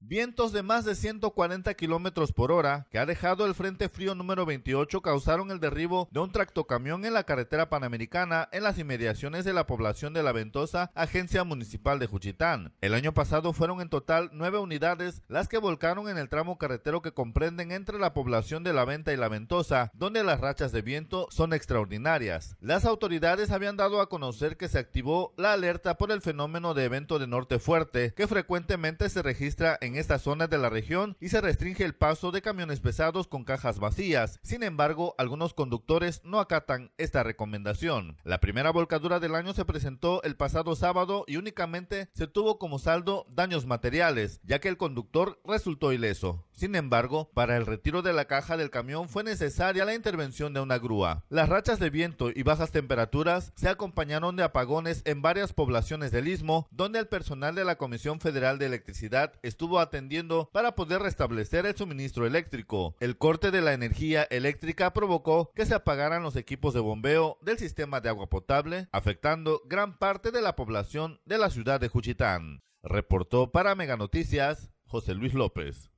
Vientos de más de 140 kilómetros por hora, que ha dejado el Frente Frío número 28, causaron el derribo de un tractocamión en la carretera panamericana en las inmediaciones de la población de La Ventosa, agencia municipal de Juchitán. El año pasado fueron en total 9 unidades las que volcaron en el tramo carretero que comprenden entre la población de La Venta y La Ventosa, donde las rachas de viento son extraordinarias. Las autoridades habían dado a conocer que se activó la alerta por el fenómeno de evento de norte fuerte, que frecuentemente se registra en estas zonas de la región y se restringe el paso de camiones pesados con cajas vacías. Sin embargo, algunos conductores no acatan esta recomendación. La primera volcadura del año se presentó el pasado sábado y únicamente se tuvo como saldo daños materiales, ya que el conductor resultó ileso. Sin embargo, para el retiro de la caja del camión fue necesaria la intervención de una grúa. Las rachas de viento y bajas temperaturas se acompañaron de apagones en varias poblaciones del Istmo, donde el personal de la Comisión Federal de Electricidad estuvo atendiendo para poder restablecer el suministro eléctrico. El corte de la energía eléctrica provocó que se apagaran los equipos de bombeo del sistema de agua potable, afectando gran parte de la población de la ciudad de Juchitán. Reportó para Mega Noticias José Luis López.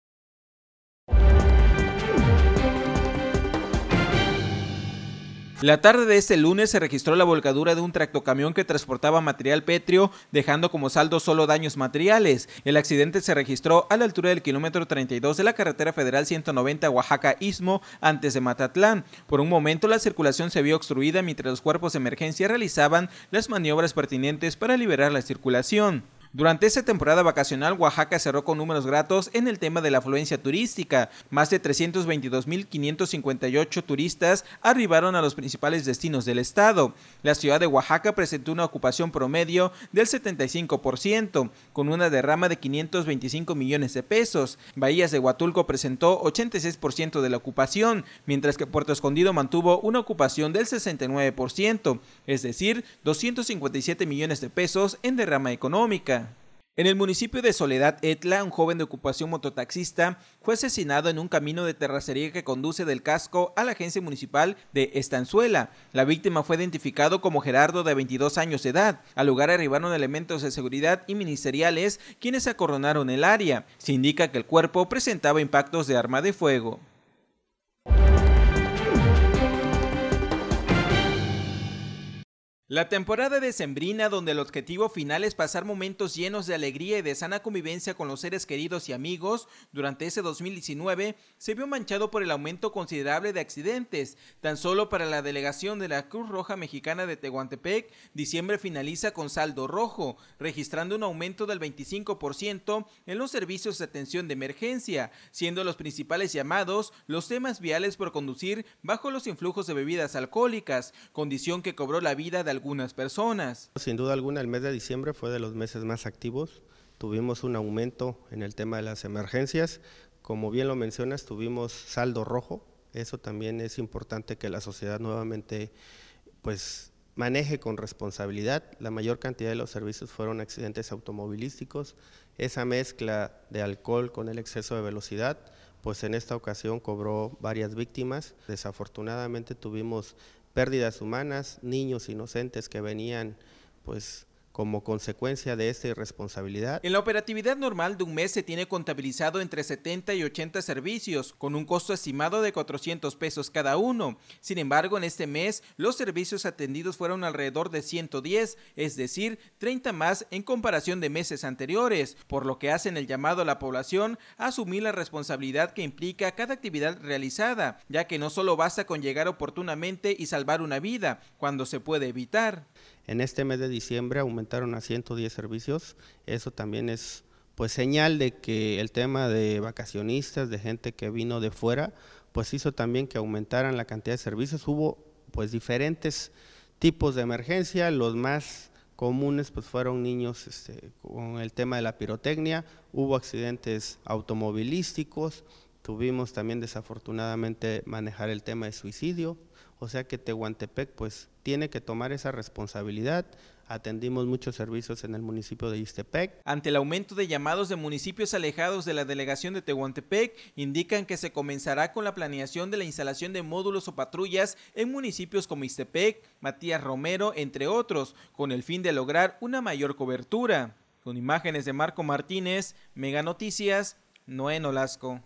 La tarde de este lunes se registró la volcadura de un tractocamión que transportaba material pétreo, dejando como saldo solo daños materiales. El accidente se registró a la altura del kilómetro 32 de la carretera federal 190 Oaxaca-Istmo, antes de Matatlán. Por un momento la circulación se vio obstruida mientras los cuerpos de emergencia realizaban las maniobras pertinentes para liberar la circulación. Durante esta temporada vacacional, Oaxaca cerró con números gratos en el tema de la afluencia turística. Más de 322,558 turistas arribaron a los principales destinos del estado. La ciudad de Oaxaca presentó una ocupación promedio del 75%, con una derrama de 525 millones de pesos. Bahías de Huatulco presentó 86% de la ocupación, mientras que Puerto Escondido mantuvo una ocupación del 69%, es decir, 257 millones de pesos en derrama económica. En el municipio de Soledad Etla, un joven de ocupación mototaxista fue asesinado en un camino de terracería que conduce del casco a la agencia municipal de Estanzuela. La víctima fue identificado como Gerardo, de 22 años de edad. Al lugar arribaron elementos de seguridad y ministeriales, quienes acordonaron el área. Se indica que el cuerpo presentaba impactos de arma de fuego. La temporada decembrina, donde el objetivo final es pasar momentos llenos de alegría y de sana convivencia con los seres queridos y amigos, durante ese 2019 se vio manchado por el aumento considerable de accidentes. Tan solo para la delegación de la Cruz Roja Mexicana de Tehuantepec, diciembre finaliza con saldo rojo, registrando un aumento del 25% en los servicios de atención de emergencia, siendo los principales llamados los temas viales por conducir bajo los influjos de bebidas alcohólicas, condición que cobró la vida de algunas personas. Sin duda alguna, el mes de diciembre fue de los meses más activos. Tuvimos un aumento en el tema de las emergencias. Como bien lo mencionas, tuvimos saldo rojo. Eso también es importante que la sociedad nuevamente pues maneje con responsabilidad. La mayor cantidad de los servicios fueron accidentes automovilísticos. Esa mezcla de alcohol con el exceso de velocidad, pues en esta ocasión cobró varias víctimas. Desafortunadamente tuvimos pérdidas humanas, niños inocentes que venían pues como consecuencia de esta irresponsabilidad. En la operatividad normal de un mes se tiene contabilizado entre 70 y 80 servicios, con un costo estimado de 400 pesos cada uno. Sin embargo, en este mes los servicios atendidos fueron alrededor de 110, es decir, 30 más en comparación de meses anteriores, por lo que hacen el llamado a la población a asumir la responsabilidad que implica cada actividad realizada, ya que no solo basta con llegar oportunamente y salvar una vida, cuando se puede evitar. En este mes de diciembre aumentaron a 110 servicios. Eso también es pues señal de que el tema de vacacionistas, de gente que vino de fuera, pues hizo también que aumentaran la cantidad de servicios. Hubo pues diferentes tipos de emergencia. Los más comunes pues fueron niños con el tema de la pirotecnia. Hubo accidentes automovilísticos. Tuvimos también desafortunadamente manejar el tema de suicidio. O sea que Tehuantepec pues tiene que tomar esa responsabilidad. Atendimos muchos servicios en el municipio de Ixtepec. Ante el aumento de llamados de municipios alejados de la delegación de Tehuantepec, indican que se comenzará con la planeación de la instalación de módulos o patrullas en municipios como Ixtepec, Matías Romero, entre otros, con el fin de lograr una mayor cobertura. Con imágenes de Marco Martínez, Mega Noticias, Noé Nolasco.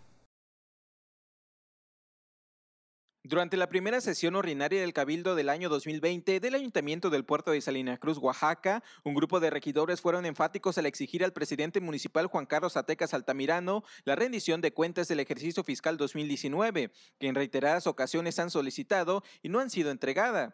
Durante la primera sesión ordinaria del Cabildo del año 2020 del Ayuntamiento del Puerto de Salina Cruz, Oaxaca, un grupo de regidores fueron enfáticos al exigir al presidente municipal Juan Carlos Atecas Altamirano la rendición de cuentas del ejercicio fiscal 2019, que en reiteradas ocasiones han solicitado y no han sido entregada.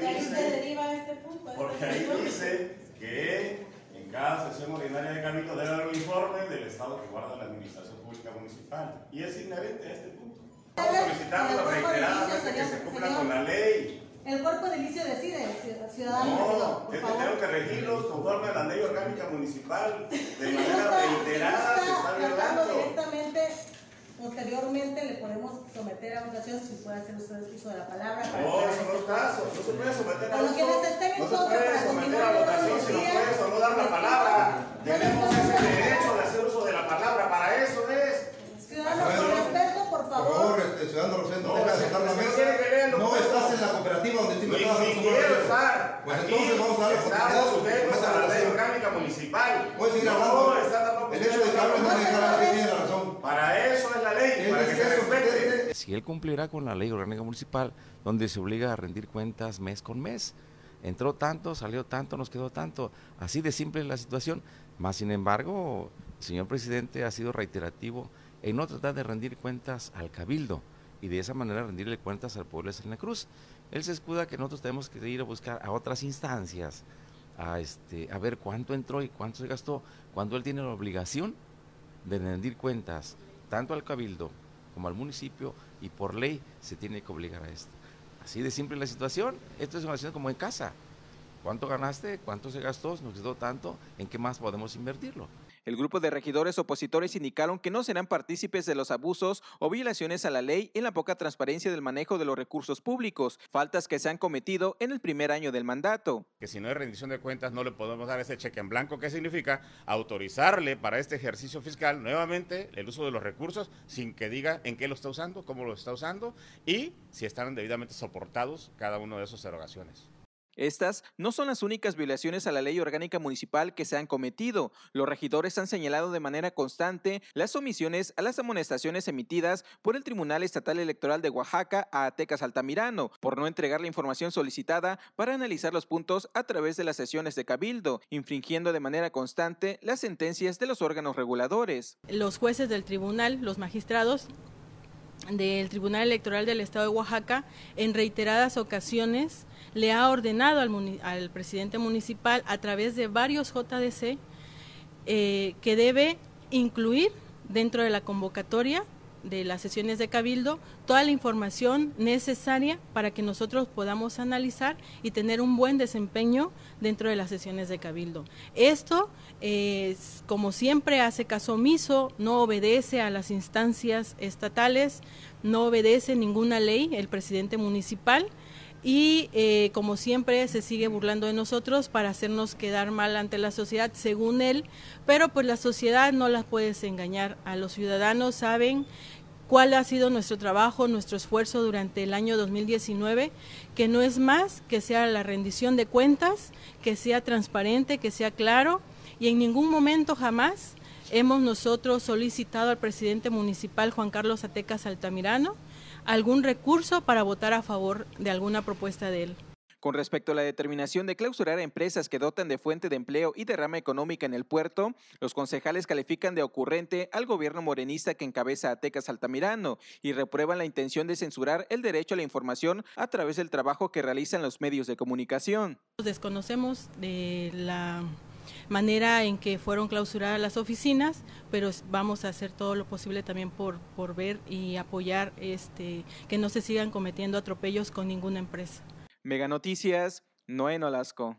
Porque ahí dice que en cada sesión ordinaria de Cabildo debe haber un informe del estado que guarda la administración pública municipal, y es inherente a este punto. Estamos solicitando reiteradamente que se cumpla con la ley. El cuerpo edilicio decide, ciudadano. No, es que tengo que regirlos conforme a la ley orgánica municipal. De manera reiterada se está violando. Directamente, posteriormente le podemos someter a votación si puede hacer usted uso de la palabra. No, eso no es caso. No se puede someter a votación. No se puede someter a votación si no puedes o no dar la palabra. Tenemos ese derecho de hacer uso de la palabra. Para eso es. Ciudadano, con respeto, por favor. Ciudadano Rosendo, deja de sentar la mesa. No estás en la cooperativa donde te invitamos. Ni quiero estar. Pues entonces vamos a dar la oportunidad. Estamos sujetos a la ley orgánica municipal. Puedes seguir hablando. El hecho de que hables no deja que tiene la razón. Para eso es la ley, para que se respete. Si él cumplirá con la ley orgánica municipal, donde se obliga a rendir cuentas mes con mes. Entró tanto, salió tanto, nos quedó tanto. Así de simple es la situación. Más sin embargo, el señor presidente ha sido reiterativo en no tratar de rendir cuentas al Cabildo y de esa manera rendirle cuentas al pueblo de Salina Cruz. Él se escuda que nosotros tenemos que ir a buscar a otras instancias, a ver cuánto entró y cuánto se gastó, cuando él tiene la obligación de rendir cuentas tanto al Cabildo como al municipio, y por ley se tiene que obligar a esto. Así de simple la situación. Esto es una situación como en casa. ¿Cuánto ganaste? ¿Cuánto se gastó? ¿Nos quedó tanto? ¿En qué más podemos invertirlo? El grupo de regidores opositores indicaron que no serán partícipes de los abusos o violaciones a la ley en la poca transparencia del manejo de los recursos públicos, faltas que se han cometido en el primer año del mandato. Que si no hay rendición de cuentas no le podemos dar ese cheque en blanco, que significa autorizarle para este ejercicio fiscal nuevamente el uso de los recursos sin que diga en qué lo está usando, cómo lo está usando y si están debidamente soportados cada una de esas erogaciones. Estas no son las únicas violaciones a la ley orgánica municipal que se han cometido. Los regidores han señalado de manera constante las omisiones a las amonestaciones emitidas por el Tribunal Estatal Electoral de Oaxaca a Atecas Altamirano por no entregar la información solicitada para analizar los puntos a través de las sesiones de Cabildo, infringiendo de manera constante las sentencias de los órganos reguladores. Los jueces del tribunal, los magistrados del Tribunal Electoral del Estado de Oaxaca, en reiteradas ocasiones le ha ordenado al presidente municipal a través de varios JDC que debe incluir dentro de la convocatoria de las sesiones de Cabildo toda la información necesaria para que nosotros podamos analizar y tener un buen desempeño dentro de las sesiones de Cabildo. Esto, como siempre, hace caso omiso, no obedece a las instancias estatales, no obedece ninguna ley el presidente municipal y como siempre se sigue burlando de nosotros para hacernos quedar mal ante la sociedad, según él, pero pues la sociedad no la puedes engañar, a los ciudadanos saben cuál ha sido nuestro trabajo, nuestro esfuerzo durante el año 2019, que no es más que sea la rendición de cuentas, que sea transparente, que sea claro, y en ningún momento jamás hemos nosotros solicitado al presidente municipal Juan Carlos Atecas Altamirano algún recurso para votar a favor de alguna propuesta de él. Con respecto a la determinación de clausurar a empresas que dotan de fuente de empleo y derrama económica en el puerto, los concejales califican de ocurrente al gobierno morenista que encabeza Atecas Altamirano y reprueban la intención de censurar el derecho a la información a través del trabajo que realizan los medios de comunicación. Desconocemos de la manera en que fueron clausuradas las oficinas, pero vamos a hacer todo lo posible también por ver y apoyar que no se sigan cometiendo atropellos con ninguna empresa. Mega Noticias, Noé Nolasco.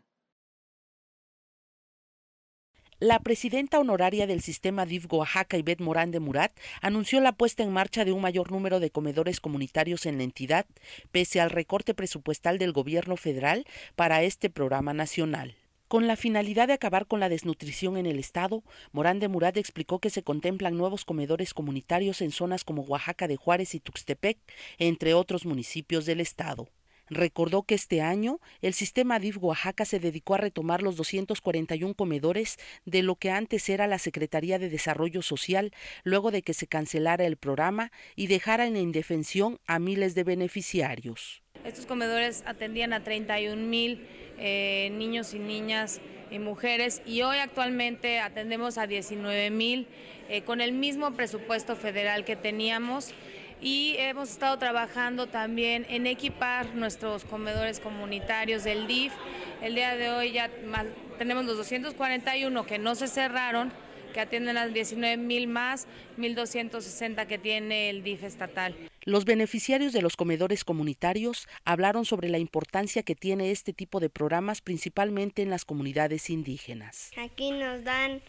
La presidenta honoraria del sistema DIF Oaxaca, Ivette Morán de Murat, anunció la puesta en marcha de un mayor número de comedores comunitarios en la entidad, pese al recorte presupuestal del gobierno federal para este programa nacional. Con la finalidad de acabar con la desnutrición en el estado, Morán de Murat explicó que se contemplan nuevos comedores comunitarios en zonas como Oaxaca de Juárez y Tuxtepec, entre otros municipios del estado. Recordó que este año el sistema DIF Oaxaca se dedicó a retomar los 241 comedores de lo que antes era la Secretaría de Desarrollo Social, luego de que se cancelara el programa y dejara en indefensión a miles de beneficiarios. Estos comedores atendían a 31,000 niños y niñas y mujeres, y hoy actualmente atendemos a 19,000 con el mismo presupuesto federal que teníamos. Y hemos estado trabajando también en equipar nuestros comedores comunitarios del DIF. El día de hoy ya tenemos los 241 que no se cerraron, que atienden a 19,000 más 1,260 que tiene el DIF estatal. Los beneficiarios de los comedores comunitarios hablaron sobre la importancia que tiene este tipo de programas, principalmente en las comunidades indígenas. Aquí nos dan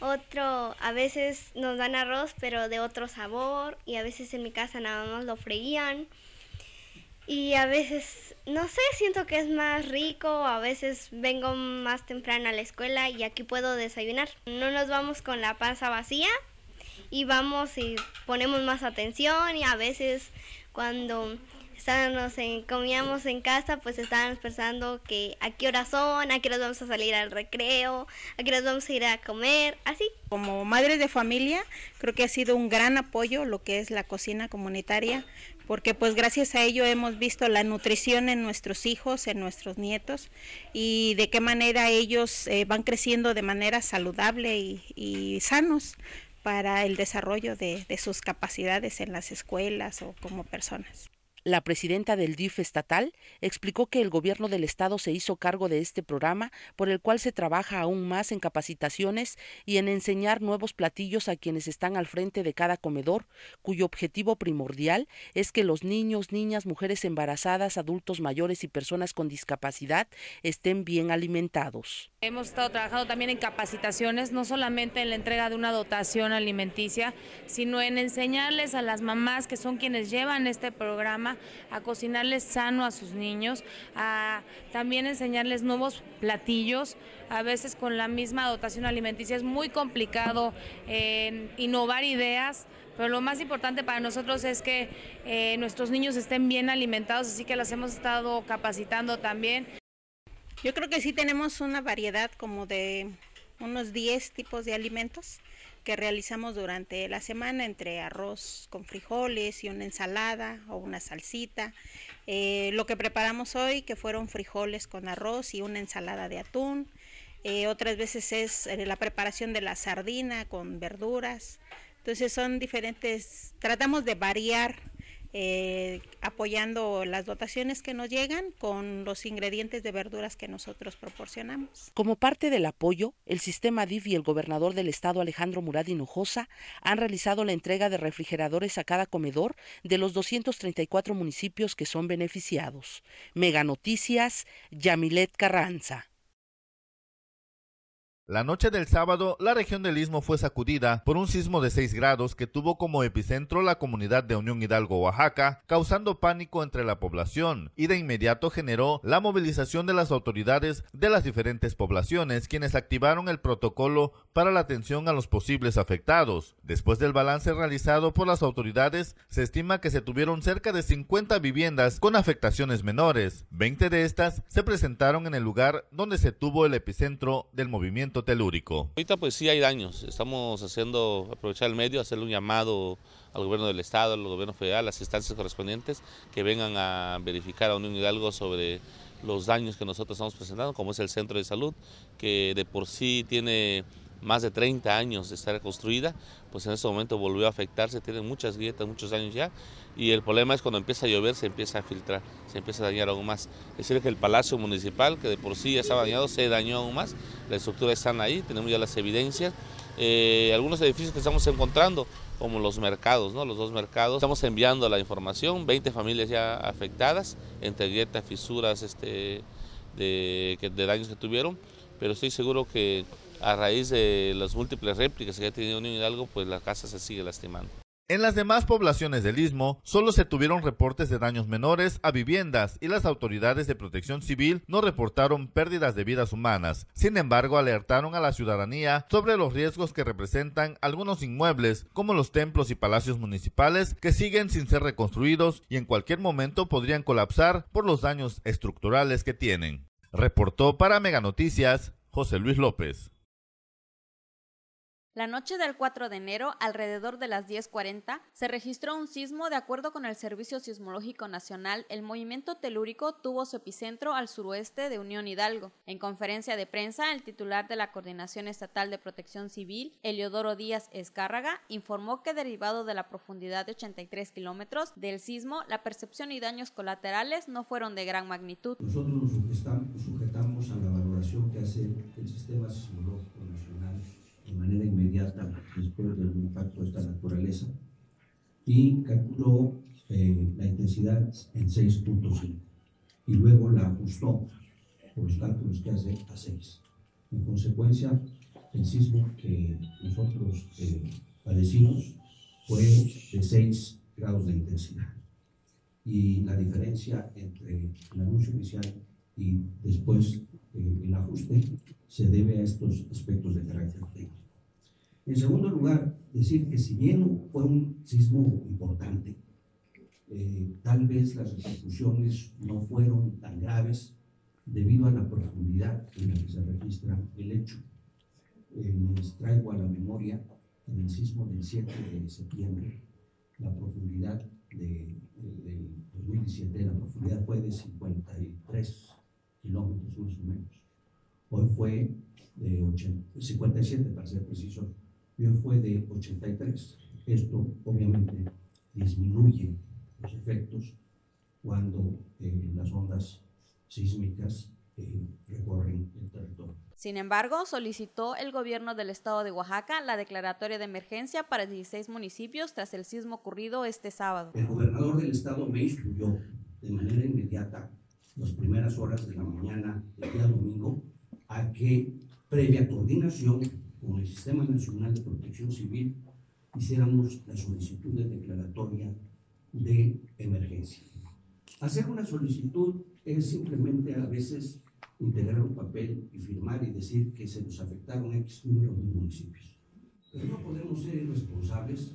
a veces nos dan arroz, pero de otro sabor, y a veces en mi casa nada más lo freían. Y a veces, no sé, siento que es más rico, a veces vengo más temprano a la escuela y aquí puedo desayunar. No nos vamos con la panza vacía y vamos y ponemos más atención, y a veces cuando comíamos en casa, pues estábamos pensando que a qué horas son, a qué horas vamos a salir al recreo, a qué horas vamos a ir a comer, así. Como madres de familia, creo que ha sido un gran apoyo lo que es la cocina comunitaria, porque pues gracias a ello hemos visto la nutrición en nuestros hijos, en nuestros nietos, y de qué manera ellos van creciendo de manera saludable y sanos para el desarrollo de sus capacidades en las escuelas o como personas. La presidenta del DIF estatal explicó que el gobierno del estado se hizo cargo de este programa, por el cual se trabaja aún más en capacitaciones y en enseñar nuevos platillos a quienes están al frente de cada comedor, cuyo objetivo primordial es que los niños, niñas, mujeres embarazadas, adultos mayores y personas con discapacidad estén bien alimentados. Hemos estado trabajando también en capacitaciones, no solamente en la entrega de una dotación alimenticia, sino en enseñarles a las mamás, que son quienes llevan este programa, a cocinarles sano a sus niños, a también enseñarles nuevos platillos. A veces con la misma dotación alimenticia es muy complicado innovar ideas, pero lo más importante para nosotros es que nuestros niños estén bien alimentados, así que las hemos estado capacitando también. Yo creo que sí tenemos una variedad como de unos 10 tipos de alimentos que realizamos durante la semana, entre arroz con frijoles y una ensalada o una salsita. Lo que preparamos hoy, que fueron frijoles con arroz y una ensalada de atún. Otras veces es la preparación de la sardina con verduras. Entonces son diferentes, tratamos de variar apoyando las dotaciones que nos llegan con los ingredientes de verduras que nosotros proporcionamos. Como parte del apoyo, el sistema DIF y el gobernador del estado, Alejandro Murat Hinojosa, han realizado la entrega de refrigeradores a cada comedor de los 234 municipios que son beneficiados. Mega Noticias, Yamilet Carranza. La noche del sábado, la región del Istmo fue sacudida por un sismo de 6 grados que tuvo como epicentro la comunidad de Unión Hidalgo, Oaxaca, causando pánico entre la población, y de inmediato generó la movilización de las autoridades de las diferentes poblaciones, quienes activaron el protocolo para la atención a los posibles afectados. Después del balance realizado por las autoridades, se estima que se tuvieron cerca de 50 viviendas con afectaciones menores. 20 de estas se presentaron en el lugar donde se tuvo el epicentro del movimiento telúrico. Ahorita pues sí hay daños, estamos aprovechar el medio, hacerle un llamado al gobierno del estado, al gobierno federal, a las instancias correspondientes que vengan a verificar a Unión Hidalgo sobre los daños que nosotros estamos presentando, como es el centro de salud, que de por sí tiene más de 30 años de estar construida, pues en este momento volvió a afectarse, tiene muchas grietas, muchos años ya, y el problema es cuando empieza a llover se empieza a filtrar, se empieza a dañar aún más. Es decir, que el Palacio Municipal, que de por sí ya estaba dañado, se dañó aún más, la estructura están ahí, tenemos ya las evidencias. Algunos edificios que estamos encontrando, como los mercados, ¿no? Los 2 mercados, estamos enviando la información, 20 familias ya afectadas, entre grietas, fisuras, de daños que tuvieron, pero estoy seguro que a raíz de las múltiples réplicas que ha tenido Unión Hidalgo, pues la casa se sigue lastimando. En las demás poblaciones del Istmo, solo se tuvieron reportes de daños menores a viviendas y las autoridades de protección civil no reportaron pérdidas de vidas humanas. Sin embargo, alertaron a la ciudadanía sobre los riesgos que representan algunos inmuebles, como los templos y palacios municipales, que siguen sin ser reconstruidos y en cualquier momento podrían colapsar por los daños estructurales que tienen. Reportó para Mega Noticias, José Luis López. La noche del 4 de enero, alrededor de las 10:40, se registró un sismo. De acuerdo con el Servicio Sismológico Nacional, el movimiento telúrico tuvo su epicentro al suroeste de Unión Hidalgo. En conferencia de prensa, el titular de la Coordinación Estatal de Protección Civil, Eliodoro Díaz Escárraga, informó que derivado de la profundidad de 83 kilómetros del sismo, la percepción y daños colaterales no fueron de gran magnitud. Nosotros nos sujetamos a la valoración que hace el Sistema Sismológico Nacional de manera inmediata después del impacto de esta naturaleza y calculó la intensidad en 6.5 y luego la ajustó por los cálculos que hace a 6. En consecuencia, el sismo que nosotros padecimos fue de 6 grados de intensidad y la diferencia entre el anuncio inicial y después el ajuste se debe a estos aspectos de carácter técnico. En segundo lugar, decir que si bien fue un sismo importante, tal vez las repercusiones no fueron tan graves debido a la profundidad en la que se registra el hecho. Les traigo a la memoria en el sismo del 7 de septiembre, la profundidad del 2017, la profundidad fue de 53 kilómetros más o menos. Hoy fue de 57 para ser preciso, y hoy fue de 83. Esto obviamente disminuye los efectos cuando las ondas sísmicas recorren el territorio. Sin embargo, solicitó el gobierno del estado de Oaxaca la declaratoria de emergencia para 16 municipios tras el sismo ocurrido este sábado. El gobernador del estado me instruyó de manera inmediata, las primeras horas de la mañana del día domingo, a que, previa coordinación con el Sistema Nacional de Protección Civil, hiciéramos la solicitud de declaratoria de emergencia. Hacer una solicitud es simplemente a veces integrar un papel y firmar y decir que se nos afectaron X número de municipios. Pero no podemos ser irresponsables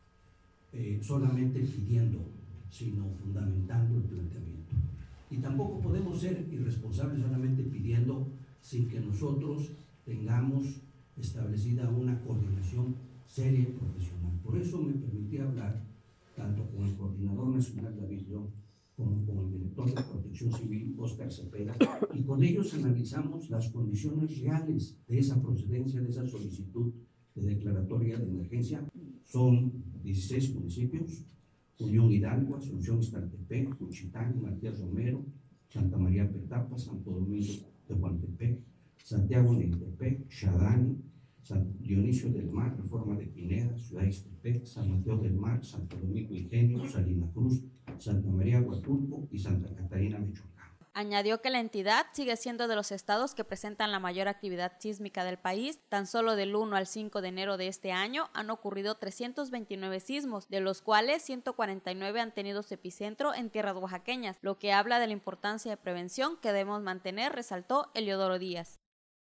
solamente pidiendo, sino fundamentando el planteamiento. Y tampoco podemos ser irresponsables solamente pidiendo sin que nosotros tengamos establecida una coordinación seria y profesional. Por eso me permití hablar tanto con el Coordinador Nacional David León como con el Director de Protección Civil, Óscar Cepeda, y con ellos analizamos las condiciones reales de esa procedencia, de esa solicitud de declaratoria de emergencia. Son 16 municipios: Unión Hidalgo, Asunción Ixtaltepec, Juchitán, Matías Romero, Santa María Petapa, Santo Domingo de Huantepec, Santiago Neintepec, Xadani, San Dionisio del Mar, Reforma de Pineda, Ciudad Ixtepec, San Mateo del Mar, Santo Domingo Ingenio, Salina Cruz, Santa María Huatulco y Santa Catarina, Michoacán. Añadió que la entidad sigue siendo de los estados que presentan la mayor actividad sísmica del país. Tan solo del 1 al 5 de enero de este año han ocurrido 329 sismos, de los cuales 149 han tenido su epicentro en tierras oaxaqueñas, lo que habla de la importancia de prevención que debemos mantener, resaltó Eliodoro Díaz.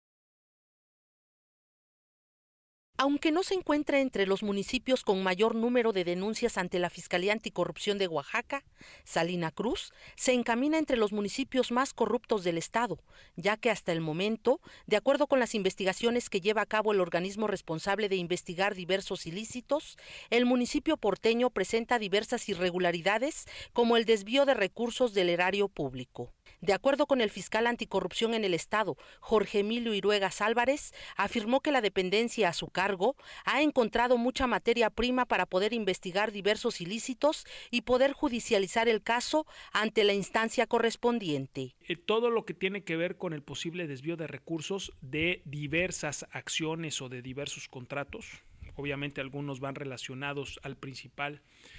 Aunque no se encuentra entre los municipios con mayor número de denuncias ante la Fiscalía Anticorrupción de Oaxaca, Salina Cruz se encamina entre los municipios más corruptos del estado, ya que hasta el momento, de acuerdo con las investigaciones que lleva a cabo el organismo responsable de investigar diversos ilícitos, el municipio porteño presenta diversas irregularidades como el desvío de recursos del erario público. De acuerdo con el fiscal anticorrupción en el estado, Jorge Emilio Iruegas Álvarez, afirmó que la dependencia a su cargo ha encontrado mucha materia prima para poder investigar diversos ilícitos y poder judicializar el caso ante la instancia correspondiente. Todo lo que tiene que ver con el posible desvío de recursos de diversas acciones o de diversos contratos, obviamente algunos van relacionados al principal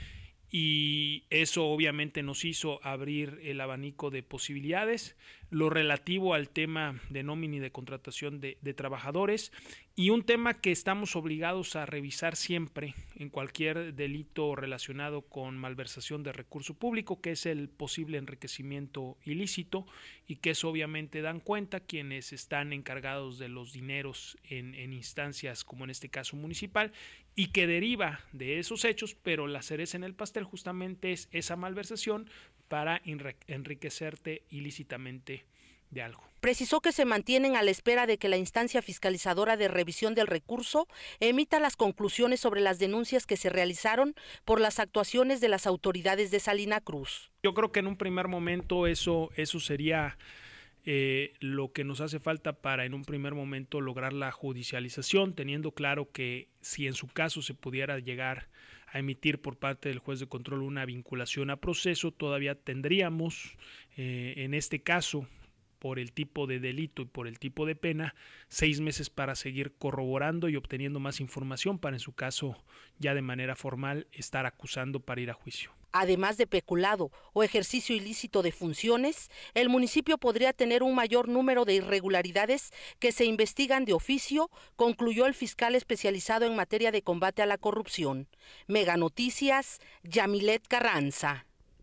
y eso obviamente nos hizo abrir el abanico de posibilidades, lo relativo al tema de nómina y de contratación de trabajadores, y un tema que estamos obligados a revisar siempre en cualquier delito relacionado con malversación de recurso público, que es el posible enriquecimiento ilícito, y que eso obviamente dan cuenta quienes están encargados de los dineros en instancias como en este caso municipal, y que deriva de esos hechos, pero la cereza en el pastel justamente es esa malversación para enriquecerte ilícitamente de algo. Precisó que se mantienen a la espera de que la instancia fiscalizadora de revisión del recurso emita las conclusiones sobre las denuncias que se realizaron por las actuaciones de las autoridades de Salina Cruz. Yo creo que en un primer momento eso sería lo que nos hace falta para en un primer momento lograr la judicialización, teniendo claro que si en su caso se pudiera llegar a emitir por parte del juez de control una vinculación a proceso, todavía tendríamos en este caso, por el tipo de delito y por el tipo de pena, 6 meses para seguir corroborando y obteniendo más información para en su caso ya de manera formal estar acusando para ir a juicio. Además de peculado o ejercicio ilícito de funciones, el municipio podría tener un mayor número de irregularidades que se investigan de oficio, concluyó el fiscal especializado en materia de combate a la corrupción. Mega Noticias, Yamilet Carranza.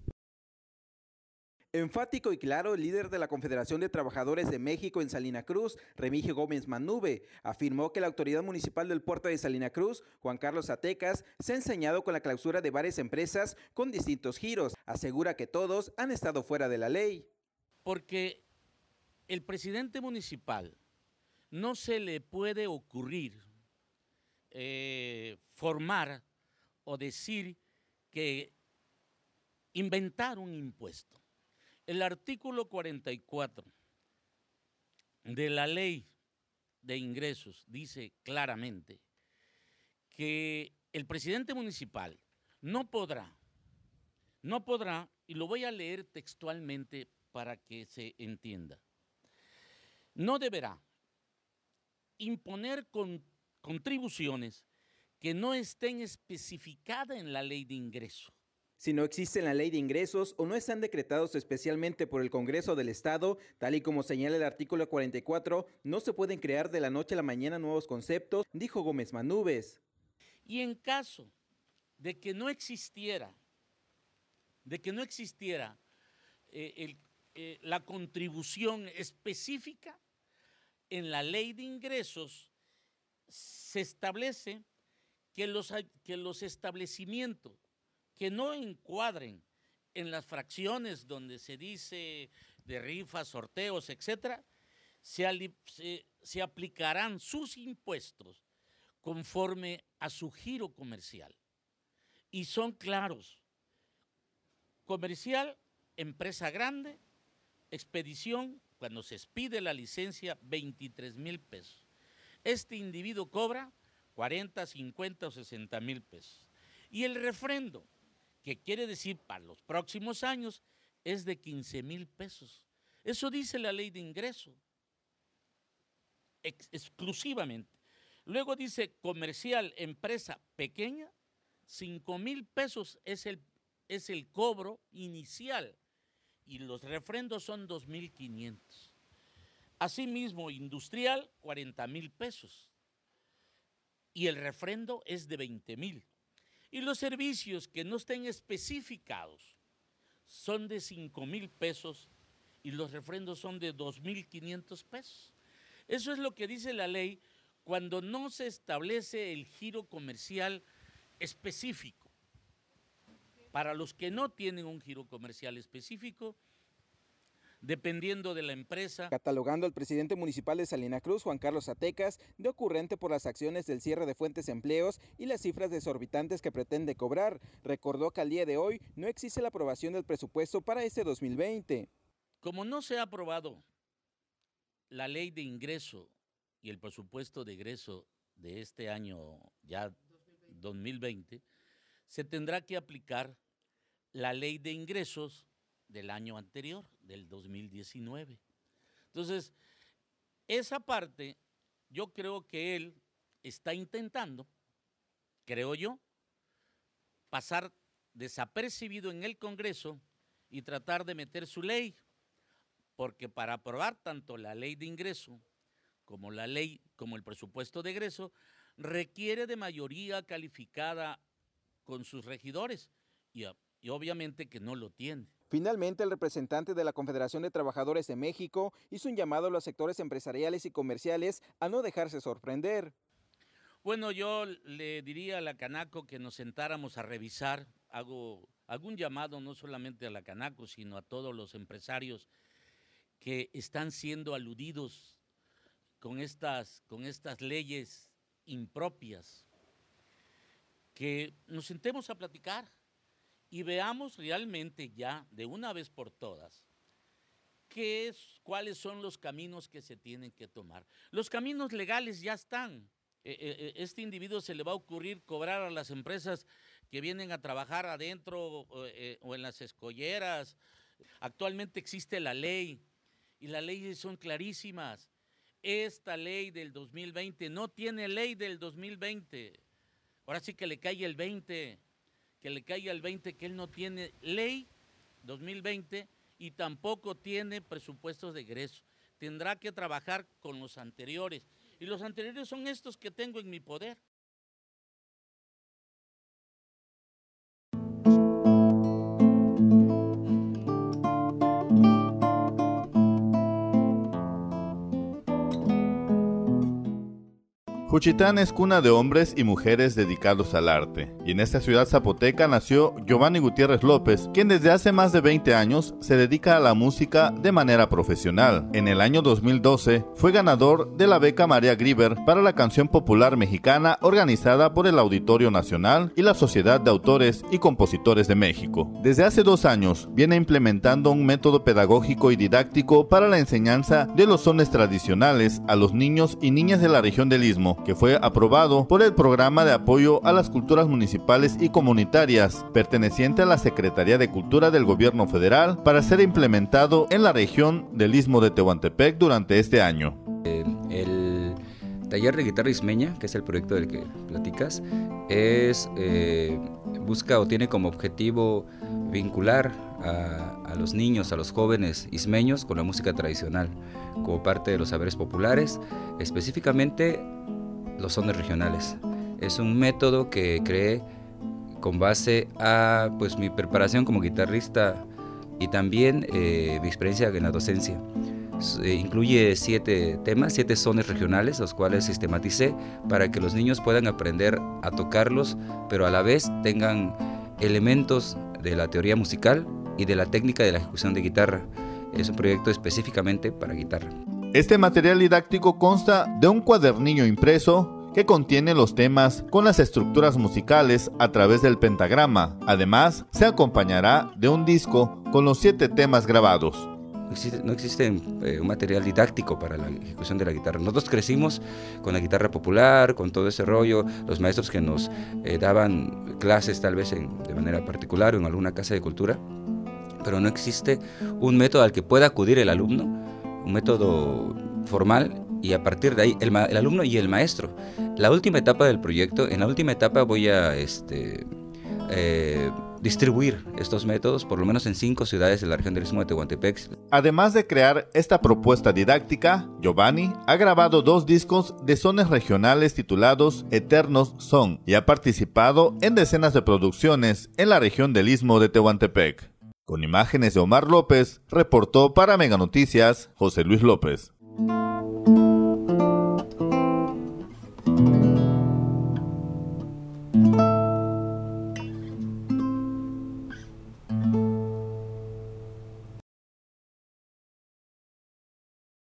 Enfático y claro, el líder de la Confederación de Trabajadores de México en Salina Cruz, Remigio Gómez Manube, afirmó que la autoridad municipal del puerto de Salina Cruz, Juan Carlos Zatecas, se ha ensañado con la clausura de varias empresas con distintos giros. Asegura que todos han estado fuera de la ley. Porque el presidente municipal no se le puede ocurrir formar o decir que inventar un impuesto. El artículo 44 de la Ley de Ingresos dice claramente que el presidente municipal no podrá, y lo voy a leer textualmente para que se entienda, no deberá imponer contribuciones que no estén especificadas en la Ley de Ingresos. Si no existe en la ley de ingresos o no están decretados especialmente por el Congreso del Estado, tal y como señala el artículo 44, no se pueden crear de la noche a la mañana nuevos conceptos, dijo Gómez Manubes. Y en caso de que no existiera, la contribución específica, en la ley de ingresos se establece que los establecimientos que no encuadren en las fracciones donde se dice de rifas, sorteos, etcétera, se aplicarán sus impuestos conforme a su giro comercial. Y son claros: comercial, empresa grande, expedición, cuando se expide la licencia, 23,000 pesos. Este individuo cobra 40, 50 o 60,000 pesos. Y el refrendo, que quiere decir para los próximos años, es de 15,000 pesos. Eso dice la ley de ingreso, exclusivamente. Luego dice comercial, empresa pequeña, 5,000 pesos es el cobro inicial y los refrendos son 2,500. Asimismo, industrial, 40,000 pesos y el refrendo es de 20,000. Y los servicios que no estén especificados son de 5,000 pesos y los refrendos son de 2,500 pesos. Eso es lo que dice la ley cuando no se establece el giro comercial específico. Para los que no tienen un giro comercial específico, dependiendo de la empresa. Catalogando al presidente municipal de Salina Cruz, Juan Carlos Zatecas, de ocurrente por las acciones del cierre de fuentes de empleos y las cifras desorbitantes que pretende cobrar. Recordó que al día de hoy no existe la aprobación del presupuesto para este 2020. Como no se ha aprobado la ley de ingreso y el presupuesto de egreso de este año ya 2020, se tendrá que aplicar la ley de ingresos del año anterior, del 2019. Entonces, esa parte, yo creo que él está intentando, creo yo, pasar desapercibido en el Congreso y tratar de meter su ley, porque para aprobar tanto la ley de ingreso como el presupuesto de egreso requiere de mayoría calificada con sus regidores y obviamente que no lo tiene. Finalmente, el representante de la Confederación de Trabajadores de México hizo un llamado a los sectores empresariales y comerciales a no dejarse sorprender. Bueno, yo le diría a la Canaco que nos sentáramos a revisar, hago un llamado no solamente a la Canaco, sino a todos los empresarios que están siendo aludidos con estas leyes impropias, que nos sentemos a platicar y veamos realmente ya de una vez por todas cuáles son los caminos que se tienen que tomar. Los caminos legales ya están. Este individuo se le va a ocurrir cobrar a las empresas que vienen a trabajar adentro o en las escolleras. Actualmente existe la ley y las leyes son clarísimas. Esta ley del 2020 no tiene ley del 2020. Ahora sí que le caiga el 20, que él no tiene ley 2020 y tampoco tiene presupuestos de egreso. Tendrá que trabajar con los anteriores. Y los anteriores son estos que tengo en mi poder. Juchitán es cuna de hombres y mujeres dedicados al arte, y en esta ciudad zapoteca nació Giovanni Gutiérrez López, quien desde hace más de 20 años se dedica a la música de manera profesional. En el año 2012 fue ganador de la beca María Grieber para la canción popular mexicana organizada por el Auditorio Nacional y la Sociedad de Autores y Compositores de México. Desde hace 2 años viene implementando un método pedagógico y didáctico para la enseñanza de los sones tradicionales a los niños y niñas de la región del Istmo, que fue aprobado por el Programa de Apoyo a las Culturas Municipales y Comunitarias, perteneciente a la Secretaría de Cultura del Gobierno Federal, para ser implementado en la región del Istmo de Tehuantepec durante este año. El taller de guitarra ismeña, que es el proyecto del que platicas, busca o tiene como objetivo vincular a los niños, a los jóvenes ismeños con la música tradicional, como parte de los saberes populares, específicamente los sones regionales. Es un método que creé con base a mi preparación como guitarrista y también mi experiencia en la docencia. Incluye 7 temas, 7 sones regionales, los cuales sistematicé para que los niños puedan aprender a tocarlos, pero a la vez tengan elementos de la teoría musical y de la técnica de la ejecución de guitarra. Es un proyecto específicamente para guitarra. Este material didáctico consta de un cuadernillo impreso que contiene los temas con las estructuras musicales a través del pentagrama. Además, se acompañará de un disco con los 7 temas grabados. No existe un material didáctico para la ejecución de la guitarra. Nosotros crecimos con la guitarra popular, con todo ese rollo, los maestros que nos daban clases tal vez de manera particular o en alguna casa de cultura, pero no existe un método al que pueda acudir el alumno, un método formal, y a partir de ahí el alumno y el maestro. La última etapa del proyecto, en la última etapa voy a distribuir estos métodos por lo menos en 5 ciudades de la región del Istmo de Tehuantepec. Además de crear esta propuesta didáctica, Giovanni ha grabado 2 discos de sones regionales titulados Eternos Son y ha participado en decenas de producciones en la región del Istmo de Tehuantepec. Con imágenes de Omar López, reportó para Mega Noticias José Luis López.